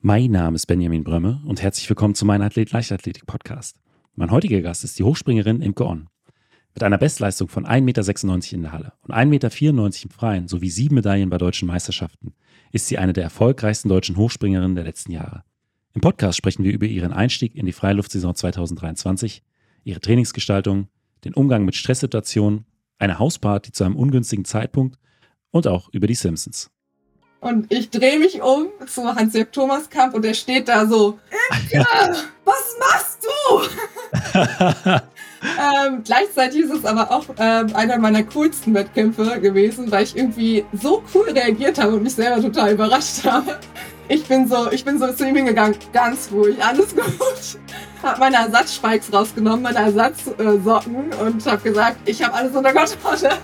Mein Name ist Benjamin Brömme und herzlich willkommen zu meinem Athlet-Leichtathletik-Podcast. Mein heutiger Gast ist die Hochspringerin Imke Onn. Mit einer Bestleistung von 1,96 Meter in der Halle und 1,94 Meter im Freien sowie 7 Medaillen bei deutschen Meisterschaften ist sie eine der erfolgreichsten deutschen Hochspringerinnen der letzten Jahre. Im Podcast sprechen wir über ihren Einstieg in die Freiluftsaison 2023, ihre Trainingsgestaltung, den Umgang mit Stresssituationen, eine Hausparty zu einem ungünstigen Zeitpunkt und auch über die Simpsons. Und ich drehe mich um zu Hans-Jörg Thomaskamp und der steht da so, Imke, was machst du? Gleichzeitig ist es aber auch einer meiner coolsten Wettkämpfe gewesen, weil ich irgendwie so cool reagiert habe und mich selber total überrascht habe. Ich bin so zu ihm hingegangen, ganz ruhig, alles gut. Hab meine Ersatzspikes rausgenommen, meine Ersatzsocken und habe gesagt, ich habe alles unter Kontrolle.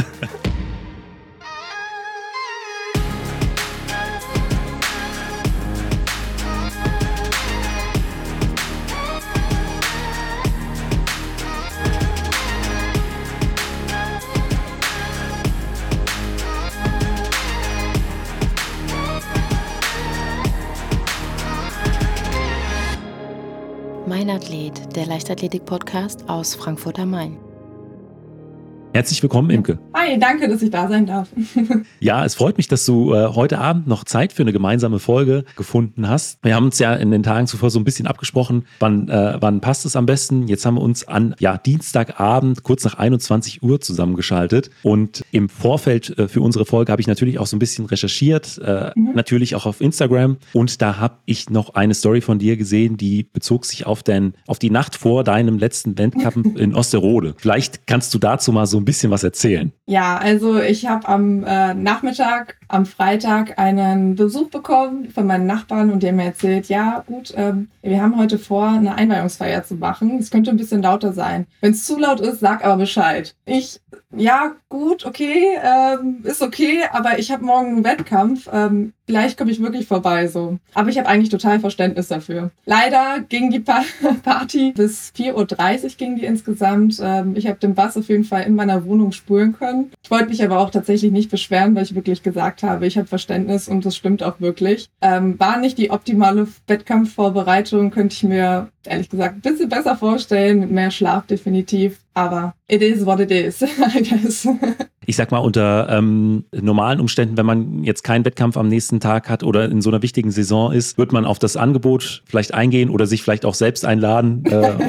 Mein Athlet, der Leichtathletik-Podcast aus Frankfurt am Main. Herzlich willkommen, Imke. Hi, danke, dass ich da sein darf. Ja, es freut mich, dass du heute Abend noch Zeit für eine gemeinsame Folge gefunden hast. Wir haben uns ja in den Tagen zuvor so ein bisschen abgesprochen, wann passt es am besten. Jetzt haben wir uns an Dienstagabend kurz nach 21 Uhr zusammengeschaltet und im Vorfeld für unsere Folge habe ich natürlich auch so ein bisschen recherchiert, natürlich auch auf Instagram, und da habe ich noch eine Story von dir gesehen, die bezog sich auf die Nacht vor deinem letzten Wettkampf in Osterode. Vielleicht kannst du dazu mal so ein bisschen was erzählen. Ja, also ich habe am Nachmittag, am Freitag einen Besuch bekommen von meinen Nachbarn und die haben mir erzählt, ja gut, wir haben heute vor, eine Einweihungsfeier zu machen. Es könnte ein bisschen lauter sein. Wenn es zu laut ist, sag aber Bescheid. Ja gut, okay, ist okay, aber ich habe morgen einen Wettkampf. Vielleicht komme ich wirklich vorbei so. Aber ich habe eigentlich total Verständnis dafür. Leider ging die Party bis 4:30 Uhr ging die insgesamt. Ich habe den Bass auf jeden Fall in meiner Wohnung spüren können. Ich wollte mich aber auch tatsächlich nicht beschweren, weil ich wirklich gesagt habe, ich habe Verständnis und das stimmt auch wirklich. War nicht die optimale Wettkampfvorbereitung, könnte ich mir ehrlich gesagt ein bisschen besser vorstellen, mit mehr Schlaf definitiv. Aber it is what it is, I guess. Ich sag mal, unter normalen Umständen, wenn man jetzt keinen Wettkampf am nächsten Tag hat oder in so einer wichtigen Saison ist, wird man auf das Angebot vielleicht eingehen oder sich vielleicht auch selbst einladen.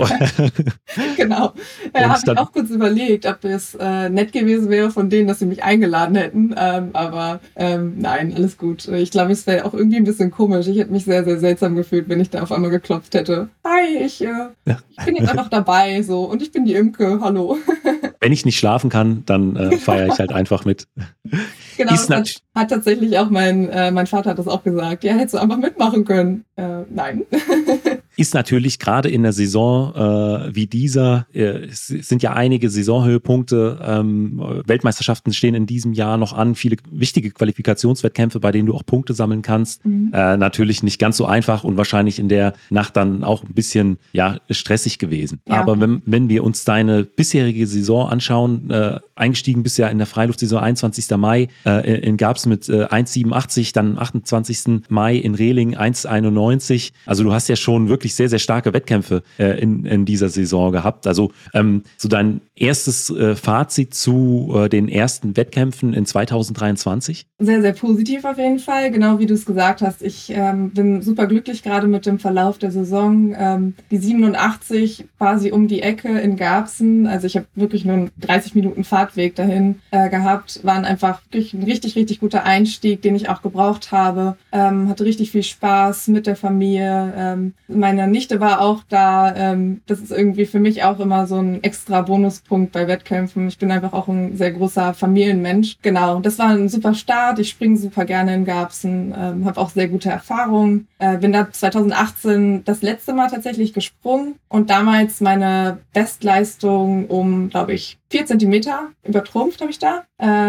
Genau. Habe ich auch kurz überlegt, ob es nett gewesen wäre von denen, dass sie mich eingeladen hätten. Aber nein, alles gut. Ich glaube, es wäre auch irgendwie ein bisschen komisch. Ich hätte mich sehr, sehr seltsam gefühlt, wenn ich da auf einmal geklopft hätte. Hi, ich bin jetzt einfach dabei so und ich bin die Imke. Hallo. Wenn ich nicht schlafen kann, dann feiere ich halt einfach mit. Genau, hat tatsächlich auch mein Vater hat das auch gesagt. Ja, hättest du einfach mitmachen können. Nein. Ist natürlich gerade in der Saison wie dieser, es sind ja einige Saisonhöhepunkte, Weltmeisterschaften stehen in diesem Jahr noch an, viele wichtige Qualifikationswettkämpfe, bei denen du auch Punkte sammeln kannst. Natürlich nicht ganz so einfach und wahrscheinlich in der Nacht dann auch ein bisschen stressig gewesen. Ja. Aber wenn wir uns deine bisherige Saison anschauen, eingestiegen bist ja in der Freiluftsaison 21. Mai in Garbsen mit 1,87, dann am 28. Mai in Rehling 1,91. Also du hast ja schon wirklich sehr, sehr starke Wettkämpfe in dieser Saison gehabt. Also so dein erstes Fazit zu den ersten Wettkämpfen in 2023? Sehr, sehr positiv auf jeden Fall. Genau wie du es gesagt hast. Ich bin super glücklich gerade mit dem Verlauf der Saison. Die 87 quasi um die Ecke in Garbsen. Also ich habe wirklich nur einen 30 Minuten Fahrtweg dahin gehabt. Waren einfach wirklich ein richtig, richtig guter Einstieg, den ich auch gebraucht habe. Hatte richtig viel Spaß mit der Familie. Meine Nichte war auch da. Das ist irgendwie für mich auch immer so ein extra Bonuspunkt bei Wettkämpfen. Ich bin einfach auch ein sehr großer Familienmensch. Genau, das war ein super Start. Ich springe super gerne in Garbsen, habe auch sehr gute Erfahrungen. Bin da 2018 das letzte Mal tatsächlich gesprungen und damals meine Bestleistung um, glaube ich, 4 Zentimeter übertrumpft habe ich da.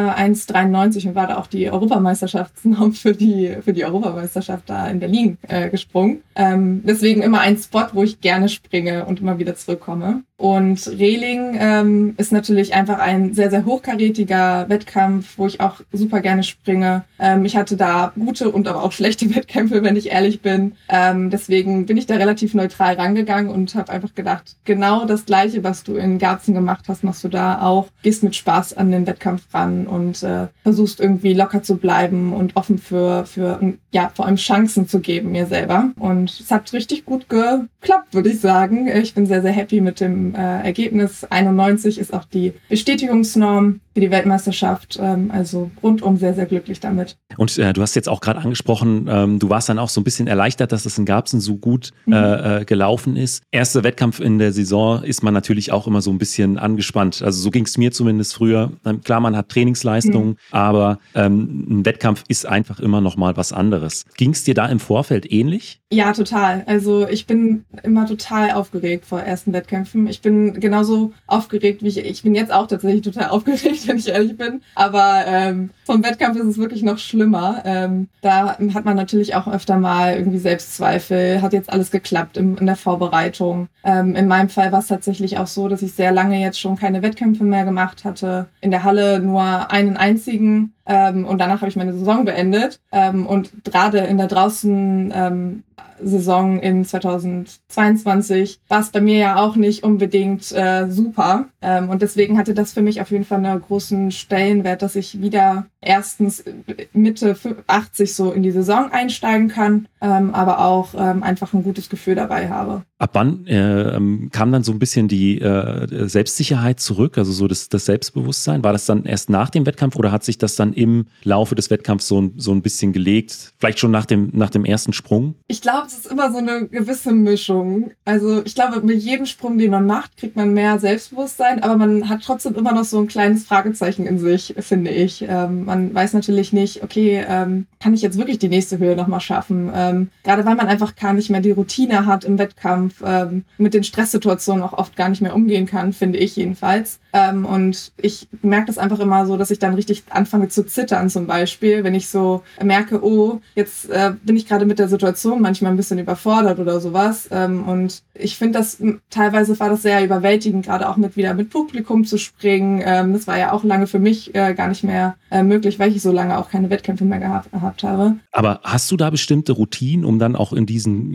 1,93 und war da auch die Europameisterschaftsnorm für die Europameisterschaft da in Berlin gesprungen. Deswegen immer ein Spot, wo ich gerne springe und immer wieder zurückkomme. Und Reling ist natürlich einfach ein sehr, sehr hochkarätiger Wettkampf, wo ich auch super gerne springe. Ich hatte da gute und aber auch schlechte Wettkämpfe, wenn ich ehrlich bin. Deswegen bin ich da relativ neutral rangegangen und habe einfach gedacht, genau das Gleiche, was du in Garbsen gemacht hast, machst du da auch. Gehst mit Spaß an den Wettkampf ran und versuchst irgendwie locker zu bleiben und offen für vor allem Chancen zu geben mir selber. Und es hat richtig gut geklappt, würde ich sagen. Ich bin sehr, sehr happy mit dem Ergebnis. 91 ist auch die Bestätigungsnorm für die Weltmeisterschaft. Also rundum sehr, sehr glücklich damit. Und du hast jetzt auch gerade angesprochen, du warst dann auch so ein bisschen erleichtert, dass es in Garbsen so gut gelaufen ist. Erster Wettkampf in der Saison ist man natürlich auch immer so ein bisschen angespannt. Also so ging es mir zumindest früher. Klar, man hat Trainingsleistungen, aber ein Wettkampf ist einfach immer noch mal was anderes. Ging es dir da im Vorfeld ähnlich? Ja, total. Also ich bin immer total aufgeregt vor ersten Wettkämpfen. Ich bin genauso aufgeregt, wie ich bin jetzt auch tatsächlich total aufgeregt, wenn ich ehrlich bin. Aber vom Wettkampf ist es wirklich noch schlimmer. Da hat man natürlich auch öfter mal irgendwie Selbstzweifel. Hat jetzt alles geklappt in der Vorbereitung? In meinem Fall war es tatsächlich auch so, dass ich sehr lange jetzt schon keine Wettkämpfe mehr gemacht hatte. In der Halle nur einen einzigen. Und danach habe ich meine Saison beendet. Und gerade in der draußen Saison in 2022 war es bei mir ja auch nicht unbedingt super. Und deswegen hatte das für mich auf jeden Fall einen großen Stellenwert, dass ich wieder erstens Mitte 80 so in die Saison einsteigen kann, aber auch einfach ein gutes Gefühl dabei habe. Ab wann kam dann so ein bisschen die Selbstsicherheit zurück, also so das Selbstbewusstsein? War das dann erst nach dem Wettkampf oder hat sich das dann im Laufe des Wettkampfs so ein bisschen gelegt? Vielleicht schon nach dem ersten Sprung? Ich glaube, es ist immer so eine gewisse Mischung. Also ich glaube, mit jedem Sprung, den man macht, kriegt man mehr Selbstbewusstsein, aber man hat trotzdem immer noch so ein kleines Fragezeichen in sich, finde ich. Man weiß natürlich nicht, okay, kann ich jetzt wirklich die nächste Höhe nochmal schaffen? Gerade weil man einfach gar nicht mehr die Routine hat im Wettkampf, mit den Stresssituationen auch oft gar nicht mehr umgehen kann, finde ich jedenfalls. Und ich merke das einfach immer so, dass ich dann richtig anfange zu zittern zum Beispiel, wenn ich so merke, oh, jetzt bin ich gerade mit der Situation manchmal ein bisschen überfordert oder sowas. Und ich finde, teilweise war das sehr überwältigend, gerade auch wieder mit Publikum zu springen. Das war ja auch lange für mich gar nicht mehr möglich, weil ich so lange auch keine Wettkämpfe mehr gehabt habe. Aber hast du da bestimmte Routinen, um dann auch in diesen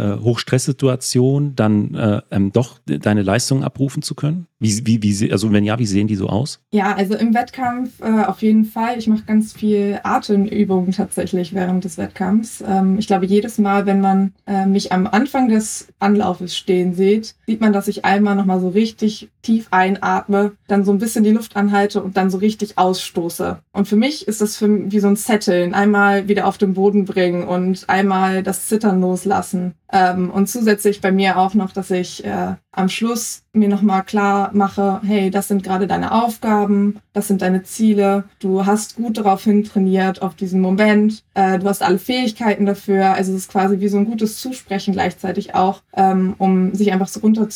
Hochstresssituationen dann doch deine Leistung abrufen zu können? Also wenn ja, wie sehen die so aus? Ja, also im Wettkampf auf jeden Fall. Ich mache ganz viel Atemübungen tatsächlich während des Wettkampfs. Ich glaube, jedes Mal, wenn man mich am Anfang des Anlaufes stehen sieht man, dass ich einmal nochmal so richtig tief einatme, dann so ein bisschen die Luft anhalte und dann so richtig ausstoße. Und für mich ist das wie so ein Setteln. Einmal wieder auf den Boden bringen und einmal das Zittern loslassen. Und zusätzlich bei mir auch noch, dass ich am Schluss mir nochmal klar mache, hey, das sind gerade deine Aufgaben, das sind deine Ziele, du hast gut darauf hin trainiert, auf diesen Moment, du hast alle Fähigkeiten dafür, also es ist quasi wie so ein gutes Zusprechen gleichzeitig auch, um sich einfach so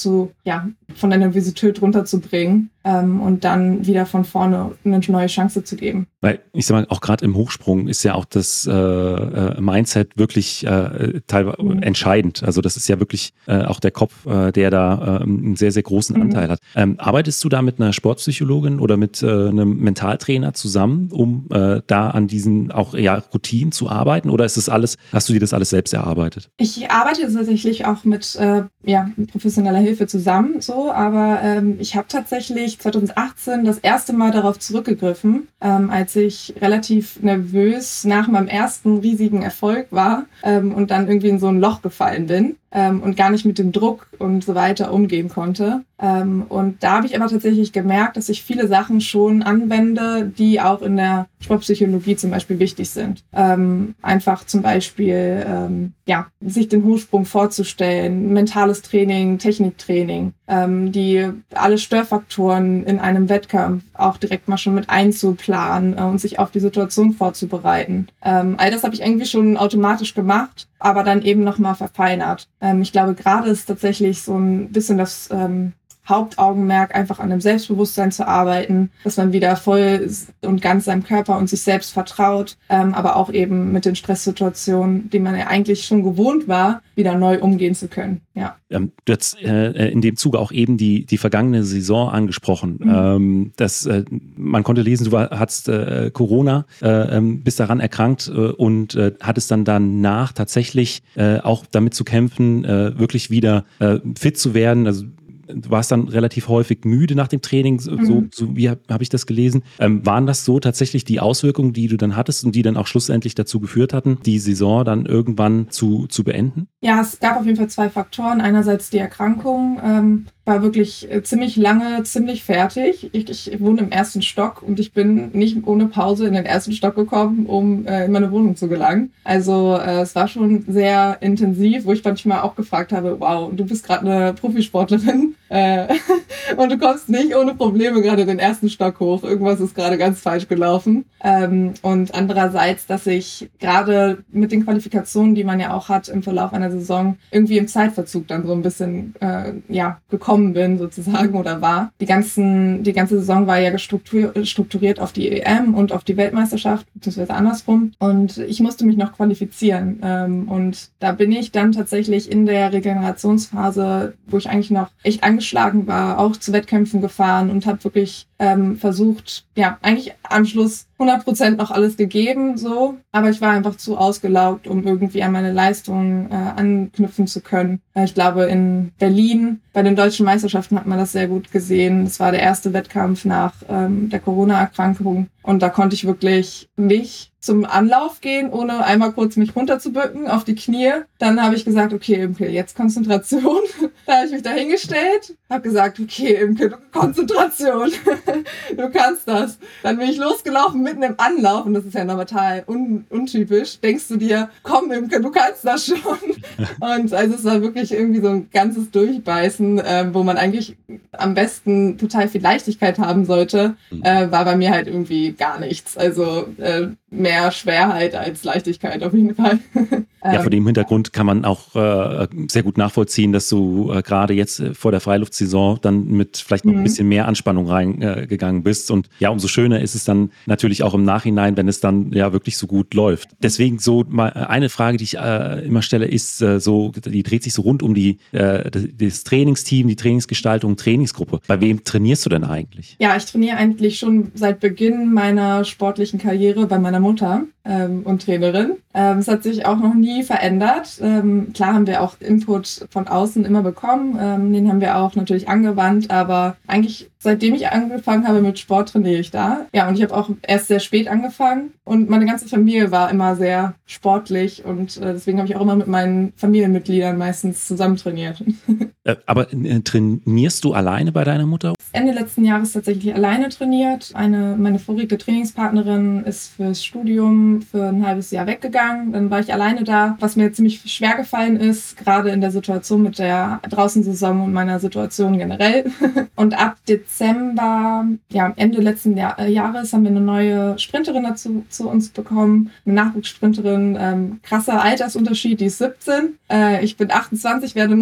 von der Nervosität runterzubringen und dann wieder von vorne eine neue Chance zu geben. Weil ich sag mal, auch gerade im Hochsprung ist ja auch das Mindset wirklich teilweise entscheidend. Also das ist ja wirklich auch der Kopf, der da einen sehr, sehr großen Anteil hat. Arbeitest du da mit einer Sportpsychologin oder mit einem Mentaltrainer zusammen, um da an diesen auch Routinen zu arbeiten? Oder ist das alles, hast du dir das alles selbst erarbeitet? Ich arbeite tatsächlich auch mit professioneller Hilfe zusammen, aber ich habe tatsächlich 2018 das erste Mal darauf zurückgegriffen, als ich relativ nervös nach meinem ersten riesigen Erfolg war und dann irgendwie in so ein Loch gefallen bin. Und gar nicht mit dem Druck und so weiter umgehen konnte. Und da habe ich aber tatsächlich gemerkt, dass ich viele Sachen schon anwende, die auch in der Sportpsychologie zum Beispiel wichtig sind. Einfach zum Beispiel, sich den Hochsprung vorzustellen, mentales Training, Techniktraining, die alle Störfaktoren in einem Wettkampf auch direkt mal schon mit einzuplanen und sich auf die Situation vorzubereiten. All das habe ich irgendwie schon automatisch gemacht, aber dann eben nochmal verfeinert. Ich glaube, gerade ist tatsächlich so ein bisschen das Hauptaugenmerk einfach an dem Selbstbewusstsein zu arbeiten, dass man wieder voll und ganz seinem Körper und sich selbst vertraut, aber auch eben mit den Stresssituationen, die man ja eigentlich schon gewohnt war, wieder neu umgehen zu können. Ja. Du hast in dem Zuge auch eben die vergangene Saison angesprochen. Man konnte lesen, du hattest Corona, bist daran erkrankt und hattest dann danach tatsächlich auch damit zu kämpfen, wirklich wieder fit zu werden. Also du warst dann relativ häufig müde nach dem Training, so wie hab ich das gelesen. Waren das so tatsächlich die Auswirkungen, die du dann hattest und die dann auch schlussendlich dazu geführt hatten, die Saison dann irgendwann zu beenden? Ja, es gab auf jeden Fall 2 Faktoren. Einerseits die Erkrankung, war wirklich ziemlich lange, ziemlich fertig. Ich wohne im 1. Stock und ich bin nicht ohne Pause in den 1. Stock gekommen, um in meine Wohnung zu gelangen. Also es war schon sehr intensiv, wo ich manchmal auch gefragt habe, wow, du bist gerade eine Profisportlerin und du kommst nicht ohne Probleme gerade den 1. Stock hoch. Irgendwas ist gerade ganz falsch gelaufen. Und andererseits, dass ich gerade mit den Qualifikationen, die man ja auch hat im Verlauf einer Saison, irgendwie im Zeitverzug dann so ein bisschen gekommen bin sozusagen oder war. Die ganze Saison war ja strukturiert auf die EM und auf die Weltmeisterschaft, beziehungsweise andersrum. Und ich musste mich noch qualifizieren. Und da bin ich dann tatsächlich in der Regenerationsphase, wo ich eigentlich noch echt angeschlagen war, auch zu Wettkämpfen gefahren und habe wirklich versucht, ja, eigentlich am Schluss 100% noch alles gegeben, so. Aber ich war einfach zu ausgelaugt, um irgendwie an meine Leistungen anknüpfen zu können. Ich glaube, in Berlin bei den deutschen Meisterschaften hat man das sehr gut gesehen. Das war der erste Wettkampf nach der Corona-Erkrankung. Und da konnte ich wirklich nicht zum Anlauf gehen, ohne einmal kurz mich runterzubücken auf die Knie. Dann habe ich gesagt, okay, Imke, jetzt Konzentration. Da habe ich mich da hingestellt, habe gesagt, okay, Imke, Konzentration. Du kannst das. Dann bin ich losgelaufen mitten im Anlauf und das ist ja noch total untypisch. Denkst du dir, komm Imke, du kannst das schon. Und also es war wirklich irgendwie so ein ganzes Durchbeißen, wo man eigentlich am besten total viel Leichtigkeit haben sollte, war bei mir halt irgendwie gar nichts. Also mehr Schwerheit als Leichtigkeit auf jeden Fall. Ja, vor dem Hintergrund kann man auch sehr gut nachvollziehen, dass du gerade jetzt vor der Freiluftsaison dann mit vielleicht noch ein bisschen mehr Anspannung reingegangen bist. Und ja, umso schöner ist es dann natürlich auch im Nachhinein, wenn es dann ja wirklich so gut läuft. Deswegen so mal eine Frage, die ich immer stelle, ist die dreht sich so rund um das Trainingsteam, die Trainingsgestaltung, Trainingsgruppe. Bei wem trainierst du denn eigentlich? Ja, ich trainiere eigentlich schon seit Beginn meiner sportlichen Karriere bei meiner Mutter und Trainerin. Es hat sich auch noch nie verändert. Klar haben wir auch Input von außen immer bekommen. Den haben wir auch natürlich angewandt, aber eigentlich seitdem ich angefangen habe mit Sport, trainiere ich da. Ja, und ich habe auch erst sehr spät angefangen und meine ganze Familie war immer sehr sportlich und deswegen habe ich auch immer mit meinen Familienmitgliedern meistens zusammen trainiert. Aber trainierst du alleine bei deiner Mutter? Ende letzten Jahres tatsächlich alleine trainiert. Meine vorige Trainingspartnerin ist fürs Studium für ein halbes Jahr weggegangen. Dann war ich alleine da, was mir ziemlich schwer gefallen ist, gerade in der Situation mit der Draußensaison und meiner Situation generell. Und ab Dezember, ja, Ende letzten Jahres haben wir eine neue Sprinterin dazu zu uns bekommen. Eine Nachwuchssprinterin, krasser Altersunterschied, die ist 17. Ich bin 28, werde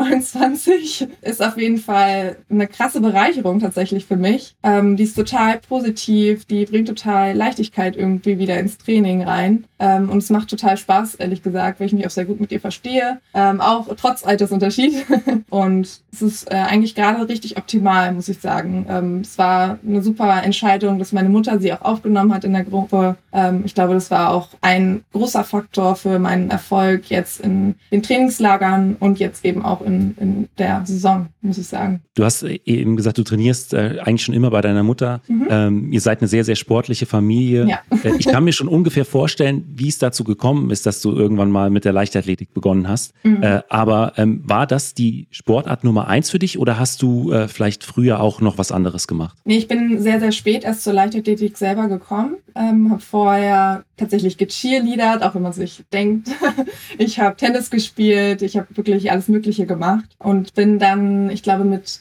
29. Ist auf jeden Fall eine krasse Bereicherung tatsächlich für mich. Die ist total positiv, die bringt total Leichtigkeit irgendwie wieder ins Training rein. Und es macht total Spaß, ehrlich gesagt, weil ich mich auch sehr gut mit ihr verstehe. Auch trotz Altersunterschied. Und es ist eigentlich gerade richtig optimal, muss ich sagen. Es war eine super Entscheidung, dass meine Mutter sie auch aufgenommen hat in der Gruppe. Ich glaube, das war auch ein großer Faktor für meinen Erfolg jetzt in den Trainingslagern und jetzt eben auch in der Saison, muss ich sagen. Du hast eben gesagt, du trainierst eigentlich schon immer bei deiner Mutter. Ihr seid eine sehr, sehr sportliche Familie. Ja. Ich kann mir schon ungefähr vorstellen, wie es dazu gekommen ist, dass du irgendwann mal mit der Leichtathletik begonnen hast. Aber war das die Sportart Nummer 1 für dich oder hast du vielleicht früher auch noch was anderes gemacht? Nee, ich bin sehr, sehr spät erst zur Leichtathletik selber gekommen. Habe vorher tatsächlich gecheerleadert, auch wenn man sich denkt. Ich habe Tennis gespielt, ich habe wirklich alles Mögliche gemacht und bin dann, ich glaube mit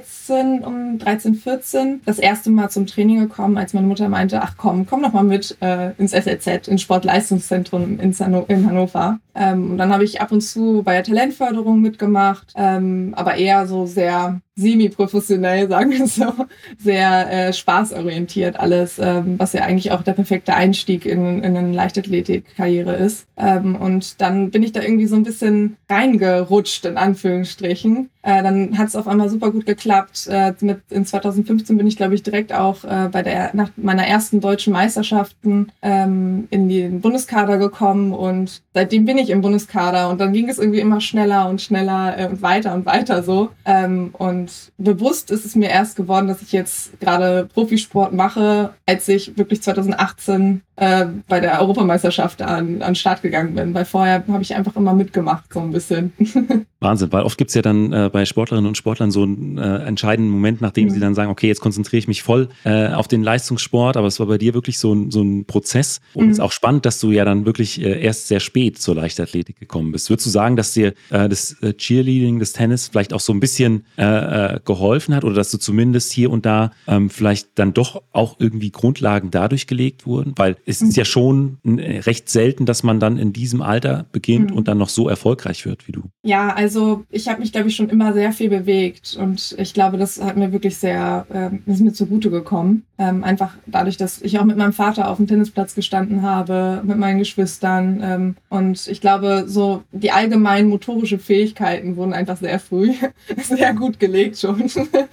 13, 14 das erste Mal zum Training gekommen, als meine Mutter meinte, ach komm doch mal mit ins SLZ, ins Sportleistungszentrum in Hannover. Und dann habe ich ab und zu bei der Talentförderung mitgemacht, aber eher so sehr semi-professionell, sagen wir so, sehr spaßorientiert alles, was ja eigentlich auch der perfekte Einstieg in eine Leichtathletik-Karriere ist. Und dann bin ich da irgendwie so ein bisschen reingerutscht, in Anführungsstrichen. Dann hat es auf einmal super gut geklappt. In 2015 bin ich, glaube ich, direkt auch nach meiner ersten deutschen Meisterschaften in den Bundeskader gekommen und seitdem bin ich im Bundeskader und dann ging es irgendwie immer schneller und schneller und weiter so. Und bewusst ist es mir erst geworden, dass ich jetzt gerade Profisport mache, als ich wirklich 2018 bei der Europameisterschaft an den Start gegangen bin, weil vorher habe ich einfach immer mitgemacht, so ein bisschen. Wahnsinn, weil oft gibt es ja dann bei Sportlerinnen und Sportlern so einen entscheidenden Moment, nachdem sie dann sagen, okay, jetzt konzentriere ich mich voll auf den Leistungssport, aber es war bei dir wirklich so ein Prozess und es ist auch spannend, dass du ja dann wirklich erst sehr spät zur Leichtathletik gekommen bist. Würdest du sagen, dass dir das Cheerleading, das Tennis vielleicht auch so ein bisschen geholfen hat oder dass du zumindest hier und da vielleicht dann doch auch irgendwie Grundlagen dadurch gelegt wurden? Weil es ist ja schon recht selten, dass man dann in diesem Alter beginnt und dann noch so erfolgreich wird wie du. Ja, also ich habe mich, glaube ich, schon immer sehr viel bewegt und ich glaube, das hat mir wirklich ist mir zugute gekommen. Einfach dadurch, dass ich auch mit meinem Vater auf dem Tennisplatz gestanden habe, mit meinen Geschwistern und ich glaube, so die allgemeinen motorische Fähigkeiten wurden einfach sehr früh sehr gut gelegt schon.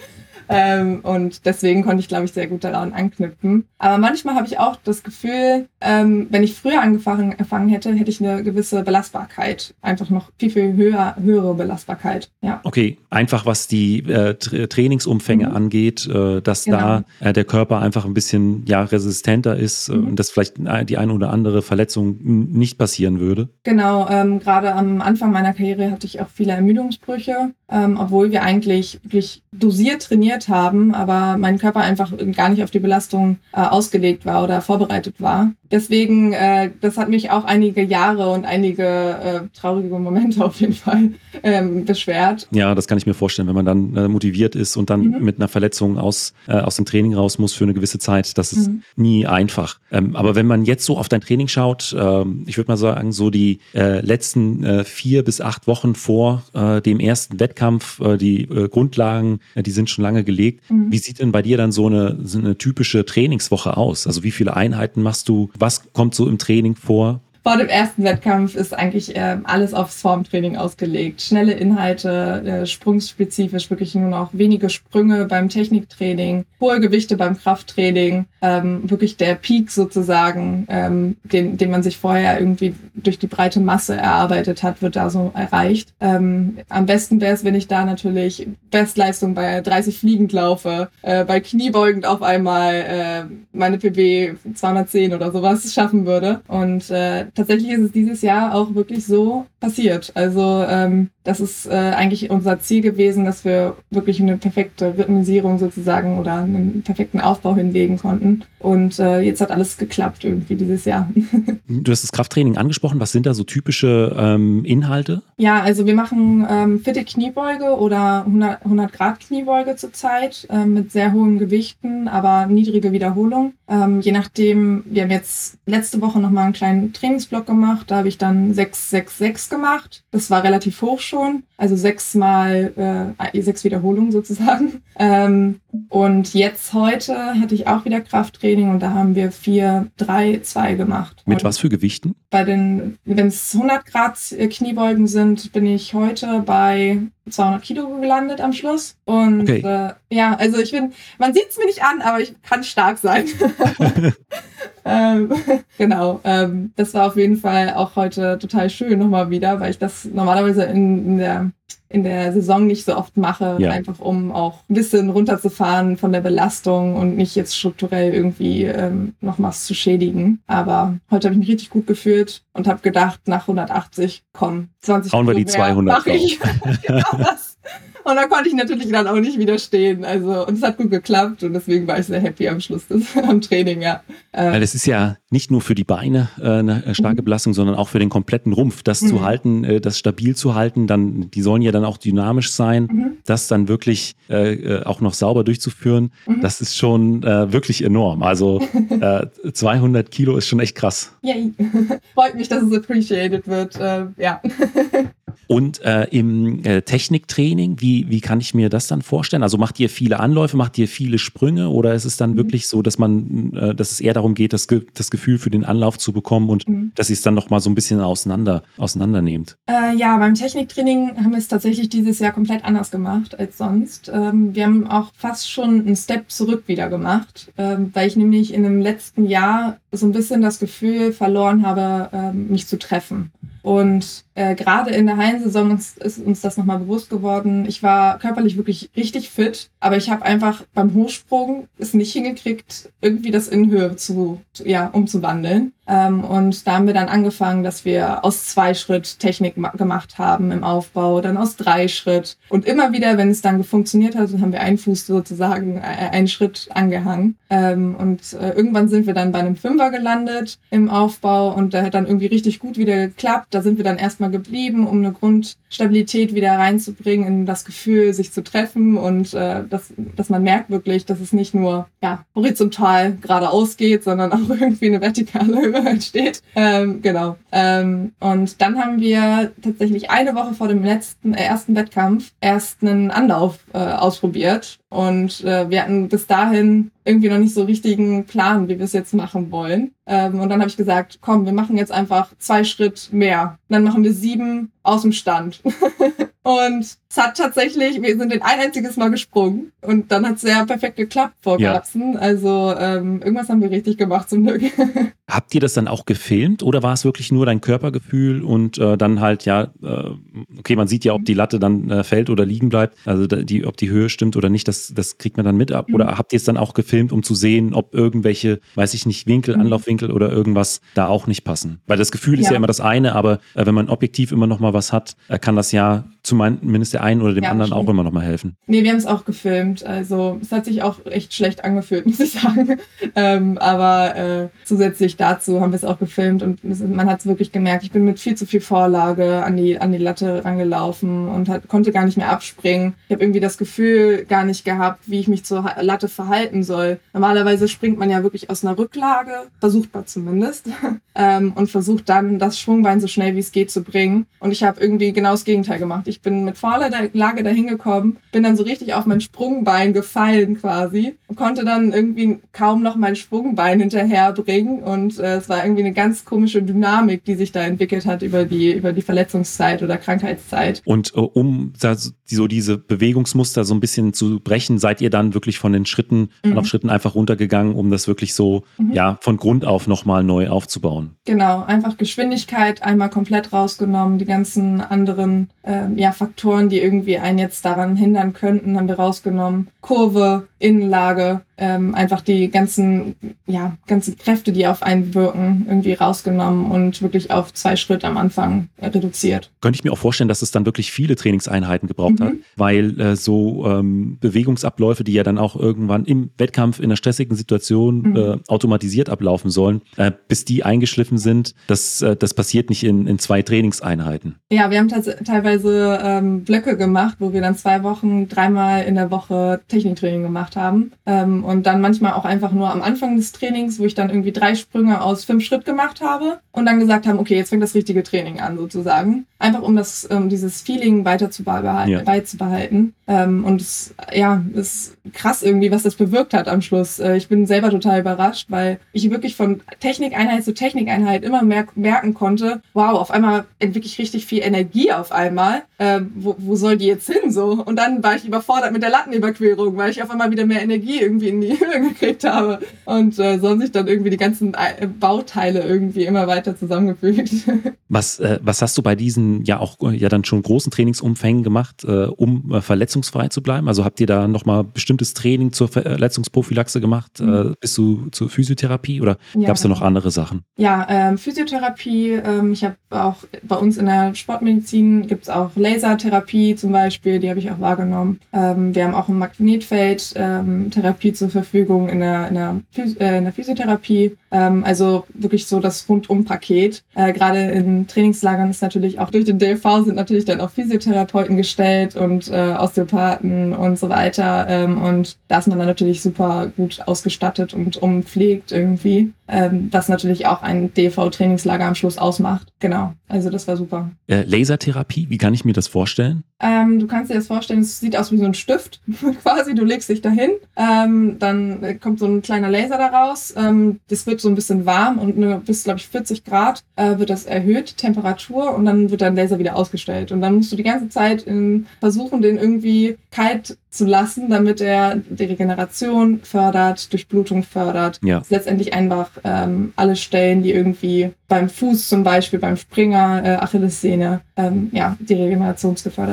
Und deswegen konnte ich, glaube ich, sehr gut daran anknüpfen. Aber manchmal habe ich auch das Gefühl, wenn ich früher angefangen hätte, hätte ich eine gewisse Belastbarkeit. Einfach noch viel höhere Belastbarkeit. Ja. Okay, einfach was die Trainingsumfänge angeht, dass da der Körper einfach ein bisschen resistenter ist und dass vielleicht die eine oder andere Verletzung nicht passieren würde. Genau, gerade am Anfang meiner Karriere hatte ich auch viele Ermüdungsbrüche, obwohl wir eigentlich wirklich dosiert trainiert haben, aber mein Körper einfach gar nicht auf die Belastung ausgelegt war oder vorbereitet war. Deswegen, das hat mich auch einige Jahre und einige traurige Momente auf jeden Fall beschwert. Ja, das kann ich mir vorstellen, wenn man dann motiviert ist und dann mit einer Verletzung aus dem Training raus muss für eine gewisse Zeit. Das ist nie einfach. Aber wenn man jetzt so auf dein Training schaut, ich würde mal sagen, so die letzten 4 bis 8 Wochen vor dem ersten Wettkampf, die Grundlagen, die sind schon lange gelegt. Wie sieht denn bei dir dann so eine typische Trainingswoche aus? Also wie viele Einheiten machst du? Was kommt so im Training vor? Vor dem ersten Wettkampf ist eigentlich alles aufs Formtraining ausgelegt. Schnelle Inhalte, sprungspezifisch wirklich nur noch wenige Sprünge beim Techniktraining, hohe Gewichte beim Krafttraining, wirklich der Peak sozusagen, den man sich vorher irgendwie durch die breite Masse erarbeitet hat, wird da so erreicht. Am besten wäre es, wenn ich da natürlich Bestleistung bei 30 fliegend laufe, bei kniebeugend auf einmal meine PB 210 oder sowas schaffen würde. Und tatsächlich ist es dieses Jahr auch wirklich so passiert. Also das ist eigentlich unser Ziel gewesen, dass wir wirklich eine perfekte Rhythmisierung sozusagen oder einen perfekten Aufbau hinlegen konnten. Und jetzt hat alles geklappt irgendwie dieses Jahr. Du hast das Krafttraining angesprochen. Was sind da so typische Inhalte? Ja, also wir machen fitte Kniebeuge oder 100 Grad Kniebeuge zurzeit mit sehr hohen Gewichten, aber niedrige Wiederholung. Je nachdem, wir haben jetzt letzte Woche nochmal einen kleinen Trainingsblock gemacht. Da habe ich dann 6 gemacht. Das war relativ hoch schon. Also 6 mal 6 Wiederholungen sozusagen. Und jetzt heute hatte ich auch wieder Krafttraining und da haben wir 4, 3, 2 gemacht. Mit was für Gewichten? Wenn es 100 Grad Kniebeugen sind, bin ich heute bei 200 Kilo gelandet am Schluss. Und okay. Also man sieht es mir nicht an, aber ich kann stark sein. Genau. Das war auf jeden Fall auch heute total schön nochmal wieder, weil ich das normalerweise in der Saison nicht so oft mache, einfach um auch ein bisschen runterzufahren von der Belastung und nicht jetzt strukturell irgendwie noch was zu schädigen. Aber heute habe ich mich richtig gut gefühlt und habe gedacht, nach 180, komm, 20 hauen wir die 200 mache ich. Genau das. Und da konnte ich natürlich dann auch nicht widerstehen. Also, und es hat gut geklappt und deswegen war ich sehr happy am Schluss am Training, ja. Weil es ist ja nicht nur für die Beine eine starke Belastung, sondern auch für den kompletten Rumpf. Das zu halten, das stabil zu halten, die sollen ja dann auch dynamisch sein, das dann wirklich auch noch sauber durchzuführen, das ist schon wirklich enorm. Also 200 Kilo ist schon echt krass. Yay. Freut mich, dass es appreciated wird, ja. Und im Techniktraining, wie kann ich mir das dann vorstellen? Also macht ihr viele Anläufe, macht ihr viele Sprünge oder ist es dann wirklich so, dass dass es eher darum geht, das Gefühl für den Anlauf zu bekommen und dass ihr es dann nochmal so ein bisschen auseinandernehmt? Ja, beim Techniktraining haben wir es tatsächlich dieses Jahr komplett anders gemacht als sonst. Wir haben auch fast schon einen Step zurück wieder gemacht, weil ich nämlich in dem letzten Jahr so ein bisschen das Gefühl verloren habe, mich zu treffen. Und gerade in der Hallensaison ist uns das nochmal bewusst geworden. Ich war körperlich wirklich richtig fit, aber ich habe einfach beim Hochsprung es nicht hingekriegt, irgendwie das in Höhe umzuwandeln. Und da haben wir dann angefangen, dass wir aus 2-Schritt Technik gemacht haben im Aufbau, dann aus 3-Schritt. Und immer wieder, wenn es dann funktioniert hat, haben wir einen Fuß sozusagen einen Schritt angehangen. Irgendwann sind wir dann bei einem 5er gelandet im Aufbau und der hat dann irgendwie richtig gut wieder geklappt. Da sind wir dann erstmal geblieben, um eine Grundstabilität wieder reinzubringen in das Gefühl, sich zu treffen und dass man merkt wirklich, dass es nicht nur horizontal geradeaus geht, sondern auch irgendwie eine vertikale Höhe entsteht. Und dann haben wir tatsächlich eine Woche vor dem ersten Wettkampf erst einen Anlauf ausprobiert. Und wir hatten bis dahin irgendwie noch nicht so richtigen Plan, wie wir es jetzt machen wollen. Und dann habe ich gesagt, komm, wir machen jetzt einfach 2 Schritt mehr. Dann machen wir 7 aus dem Stand. Und es hat tatsächlich, wir sind ein einziges Mal gesprungen und dann hat es sehr perfekt geklappt vor Garbsen. Also irgendwas haben wir richtig gemacht zum Glück. Habt ihr das dann auch gefilmt oder war es wirklich nur dein Körpergefühl und dann halt okay, man sieht ja, ob die Latte dann fällt oder liegen bleibt, also ob die Höhe stimmt oder nicht, das kriegt man dann mit ab. Oder habt ihr es dann auch gefilmt, um zu sehen, ob irgendwelche, weiß ich nicht, Anlaufwinkel oder irgendwas da auch nicht passen? Weil das Gefühl ist ja immer das eine, aber wenn man objektiv immer noch mal was hat, kann das ja zumindest der einen oder dem anderen auch immer noch mal helfen. Nee, wir haben es auch gefilmt. Also es hat sich auch echt schlecht angefühlt, muss ich sagen. Aber zusätzlich dazu haben wir es auch gefilmt und man hat es wirklich gemerkt. Ich bin mit viel zu viel Vorlage an die Latte rangelaufen und konnte gar nicht mehr abspringen. Ich habe irgendwie das Gefühl gar nicht gehabt, wie ich mich zur Latte verhalten soll. Normalerweise springt man ja wirklich aus einer Rücklage, versucht man zumindest, und versucht dann das Schwungbein so schnell wie es geht zu bringen. Und ich habe irgendwie genau das Gegenteil gemacht. Ich bin mit Vorlage dahin gekommen, bin dann so richtig auf mein Sprungbein gefallen quasi und konnte dann irgendwie kaum noch mein Sprungbein hinterherbringen. Und es war irgendwie eine ganz komische Dynamik, die sich da entwickelt hat über die Verletzungszeit oder Krankheitszeit. Und um diese Bewegungsmuster so ein bisschen zu brechen, seid ihr dann wirklich von den Schritten einfach runtergegangen, um das wirklich so von Grund auf nochmal neu aufzubauen? Genau, einfach Geschwindigkeit einmal komplett rausgenommen, die ganzen anderen Faktoren, die irgendwie einen jetzt daran hindern könnten, haben wir rausgenommen. Kurve, Innenlage, einfach die ganzen Kräfte, die auf einen wirken, irgendwie rausgenommen und wirklich auf 2 Schritt am Anfang reduziert. Könnte ich mir auch vorstellen, dass es dann wirklich viele Trainingseinheiten gebraucht hat, weil Bewegungsabläufe, die ja dann auch irgendwann im Wettkampf in einer stressigen Situation automatisiert ablaufen sollen, bis die eingeschliffen sind, das passiert nicht in 2 Trainingseinheiten. Ja, wir haben teilweise Blöcke gemacht, wo wir dann 2 Wochen, 3-mal in der Woche Techniktraining gemacht haben. Und dann manchmal auch einfach nur am Anfang des Trainings, wo ich dann irgendwie 3 Sprünge aus 5 Schritt gemacht habe und dann gesagt haben, okay, jetzt fängt das richtige Training an sozusagen. Einfach um dieses Feeling beizubehalten. Und es ist krass irgendwie, was das bewirkt hat am Schluss. Ich bin selber total überrascht, weil ich wirklich von Technikeinheit zu Technikeinheit immer mehr merken konnte, wow, auf einmal entwickle ich richtig viel Energie auf einmal. Wo soll die jetzt hin so? Und dann war ich überfordert mit der Lattenüberquerung, weil ich auf einmal wieder mehr Energie irgendwie in die Höhe gekriegt habe. Und so haben sich dann irgendwie die ganzen Bauteile irgendwie immer weiter zusammengefügt. Was hast du bei diesen dann schon großen Trainingsumfängen gemacht, um verletzungsfrei zu bleiben? Also habt ihr da nochmal bestimmtes Training zur Verletzungsprophylaxe gemacht, bis zur Physiotherapie oder gab es da noch andere Sachen? Ja, Physiotherapie. Ich habe auch bei uns in der Sportmedizin gibt es auch Lasertherapie zum Beispiel, die habe ich auch wahrgenommen. Wir haben auch ein Magnetfeld Therapie zur Verfügung in der Physiotherapie. Also wirklich so das Rundum-Paket. Gerade in Trainingslagern ist natürlich auch durch den DLV sind natürlich dann auch Physiotherapeuten gestellt und Osteopathen und so weiter. Und da ist man dann natürlich super gut ausgestattet und umpflegt irgendwie. Was natürlich auch ein DLV-Trainingslager am Schluss ausmacht. Genau, also das war super. Lasertherapie, wie kann ich mir das vorstellen? Du kannst dir das vorstellen, es sieht aus wie so ein Stift quasi, du legst dich dahin, dann kommt so ein kleiner Laser daraus, das wird so ein bisschen warm und bis, glaube ich, 40 Grad wird das erhöht, Temperatur, und dann wird dein Laser wieder ausgestellt. Und dann musst du die ganze Zeit versuchen, den irgendwie kalt zu lassen, damit er die Regeneration fördert, Durchblutung fördert. Ja. Letztendlich einfach alle Stellen, die irgendwie beim Fuß zum Beispiel, beim Springer, Achillessehne, die Regeneration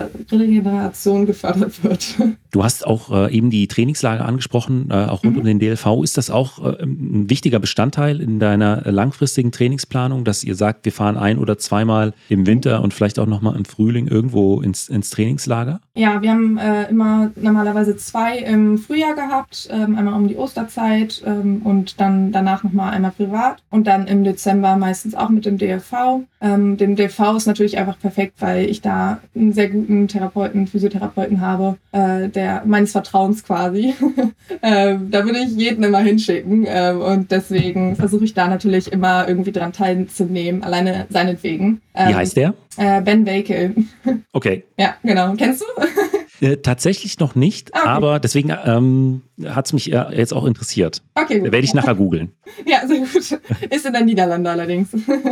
gefördert wird. Du hast auch eben die Trainingslager angesprochen, auch rund um den DLV. Ist das auch ein wichtiger Bestandteil in deiner langfristigen Trainingsplanung, dass ihr sagt, wir fahren 1- oder zweimal im Winter und vielleicht auch nochmal im Frühling irgendwo ins Trainingslager? Ja, wir haben immer normalerweise 2 im Frühjahr gehabt, einmal um die Osterzeit und dann danach nochmal einmal privat und dann im Dezember meistens auch mit dem DLV. Dem DLV ist natürlich einfach perfekt, weil ich da einen sehr guten Physiotherapeuten habe, der meines Vertrauens quasi. Da würde ich jeden immer hinschicken und deswegen versuche ich da natürlich immer irgendwie dran teilzunehmen, alleine seinetwegen. Wie heißt der? Ben Wakel. Okay. Ja, genau. Kennst du? Tatsächlich noch nicht, okay. Aber deswegen hat es mich jetzt auch interessiert. Okay, gut. Werde ich nachher googeln. Ja, sehr gut. Ist in den Niederlanden allerdings.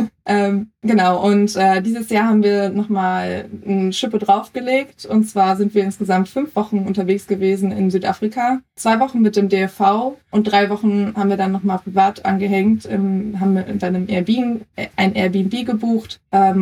Genau, und dieses Jahr haben wir nochmal eine Schippe draufgelegt. Und zwar sind wir insgesamt 5 Wochen unterwegs gewesen in Südafrika. 2 Wochen mit dem DLV und 3 Wochen haben wir dann nochmal privat angehängt. Haben wir dann ein Airbnb gebucht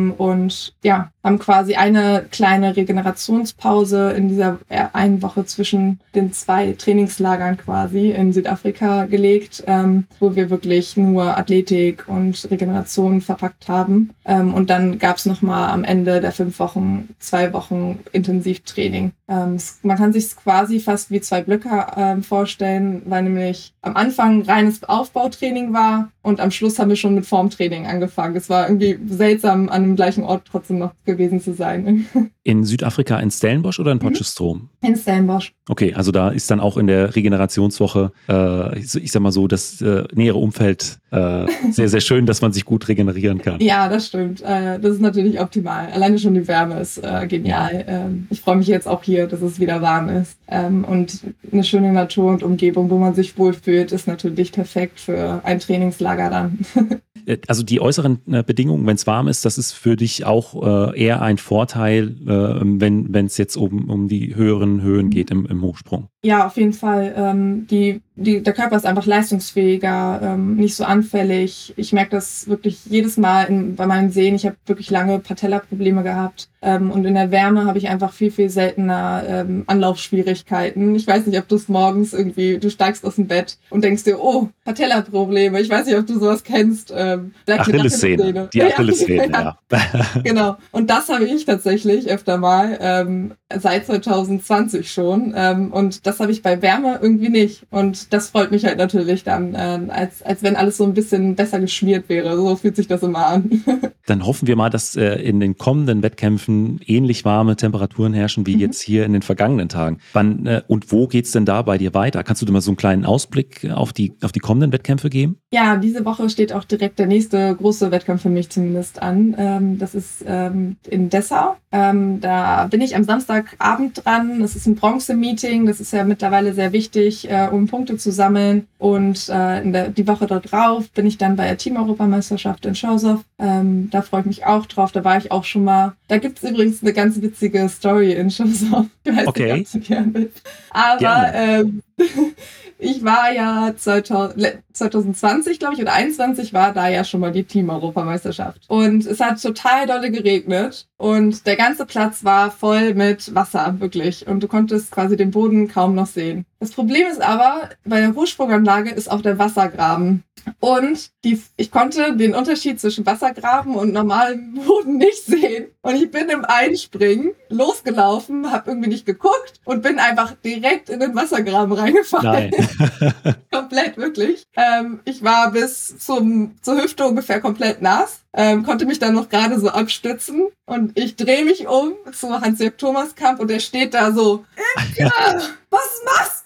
und ja, haben quasi eine kleine Regenerationspause in dieser einen Woche zwischen den 2 Trainingslagern quasi in Südafrika gelegt, wo wir wirklich nur Athletik und Regeneration verpackt haben. Und dann gab es nochmal am Ende der 5 Wochen 2 Wochen Intensivtraining. Man kann sich quasi fast wie 2 Blöcke vorstellen, weil nämlich am Anfang reines Aufbautraining war und am Schluss haben wir schon mit Formtraining angefangen. Es war irgendwie seltsam, an dem gleichen Ort trotzdem noch gewesen zu sein. In Südafrika in Stellenbosch oder in Potchefstroom? In Stellenbosch. Okay, also da ist dann auch in der Regenerationswoche, ich sag mal so, das nähere Umfeld sehr, sehr schön, dass man sich gut regenerieren kann. Ja, das stimmt. Das ist natürlich optimal. Alleine schon die Wärme ist genial. Ich freue mich jetzt auch hier, dass es wieder warm ist. Und eine schöne Natur und Umgebung, wo man sich wohlfühlt, ist natürlich perfekt für ein Trainingslager dann. Also die äußeren Bedingungen, wenn es warm ist, das ist für dich auch eher ein Vorteil, wenn es jetzt um die höheren Höhen geht im Hochsprung. Ja, auf jeden Fall. Der Körper ist einfach leistungsfähiger, nicht so anfällig. Ich merke das wirklich jedes Mal bei meinen Sehnen. Ich habe wirklich lange Patella-Probleme gehabt. Und in der Wärme habe ich einfach viel, viel seltener Anlaufschwierigkeiten. Ich weiß nicht, ob du es morgens du steigst aus dem Bett und denkst dir, oh, Patella-Probleme. Ich weiß nicht, ob du sowas kennst. Achillessehne. Die Achillessehne, ja. Genau. Und das habe ich tatsächlich öfter mal, seit 2020 schon. Und das habe ich bei Wärme irgendwie nicht. Und das freut mich halt natürlich dann, als wenn alles so ein bisschen besser geschmiert wäre. So fühlt sich das immer an. Dann hoffen wir mal, dass in den kommenden Wettkämpfen ähnlich warme Temperaturen herrschen wie jetzt hier in den vergangenen Tagen. Wann und wo geht's denn da bei dir weiter? Kannst du dir mal so einen kleinen Ausblick auf die kommenden Wettkämpfe geben? Ja, diese Woche steht auch direkt der nächste große Wettkampf für mich zumindest an. Das ist in Dessau. Da bin ich am Samstagabend dran. Das ist ein Bronze-Meeting. Das ist ja mittlerweile sehr wichtig, um Punkte zu sammeln. Und die Woche darauf bin ich dann bei der Team-Europameisterschaft in Chorzów. Da freue ich mich auch drauf. Da war ich auch schon mal. Da gibt es übrigens eine ganz witzige Story in Chorzów. Ich weiß nicht, ob du gerne willst. Aber ich war ja 2020, glaube ich, oder 2021 war da ja schon mal die Team-Europameisterschaft. Und es hat total dolle geregnet und der ganze Platz war voll mit Wasser, wirklich. Und du konntest quasi den Boden kaum noch sehen. Das Problem ist aber, bei der Hochsprunganlage ist auch der Wassergraben. Und ich konnte den Unterschied zwischen Wassergraben und normalem Boden nicht sehen. Und ich bin im Einspringen losgelaufen, habe irgendwie nicht geguckt und bin einfach direkt in den Wassergraben reingefallen. Nein. Komplett, wirklich. Ich war bis zur Hüfte ungefähr komplett nass, konnte mich dann noch gerade so abstützen und ich drehe mich um zu Hans-Jörg Thomaskamp und der steht da so, Imke, was machst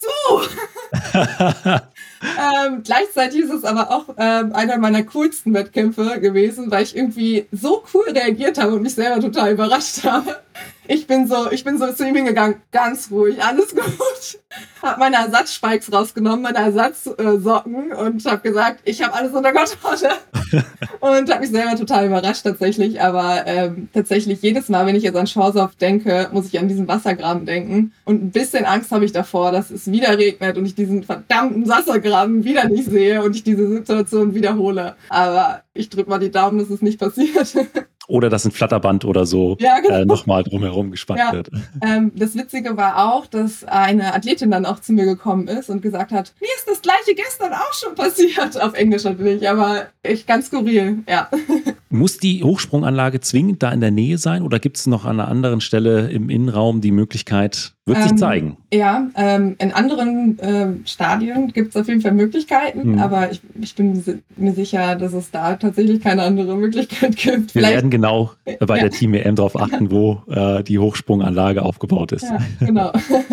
du? Gleichzeitig ist es aber auch einer meiner coolsten Wettkämpfe gewesen, weil ich irgendwie so cool reagiert habe und mich selber total überrascht habe. Ich bin so zu ihm hingegangen, ganz ruhig, alles gut. Hab meine Ersatzspikes rausgenommen, meine Ersatzsocken und habe gesagt, ich habe alles unter Kontrolle. Und habe mich selber total überrascht tatsächlich. Aber tatsächlich jedes Mal, wenn ich jetzt an Chorsow denke, muss ich an diesen Wassergraben denken. Und ein bisschen Angst habe ich davor, dass es wieder regnet und ich diesen verdammten Wassergraben wieder nicht sehe und ich diese Situation wiederhole. Aber ich drücke mal die Daumen, dass es nicht passiert. Oder dass ein Flatterband oder so genau. Nochmal drumherum gespannt wird. Das Witzige war auch, dass eine Athletin dann auch zu mir gekommen ist und gesagt hat, mir ist das Gleiche gestern auch schon passiert. Auf Englisch natürlich, aber echt ganz skurril, ja. Muss die Hochsprunganlage zwingend da in der Nähe sein oder gibt es noch an einer anderen Stelle im Innenraum die Möglichkeit, wird sich zeigen? Ja, in anderen Stadien gibt es auf jeden Fall Möglichkeiten, aber ich bin mir sicher, dass es da tatsächlich keine andere Möglichkeit gibt. Wir werden genau bei der Team EM darauf achten, wo die Hochsprunganlage aufgebaut ist. Ja, genau.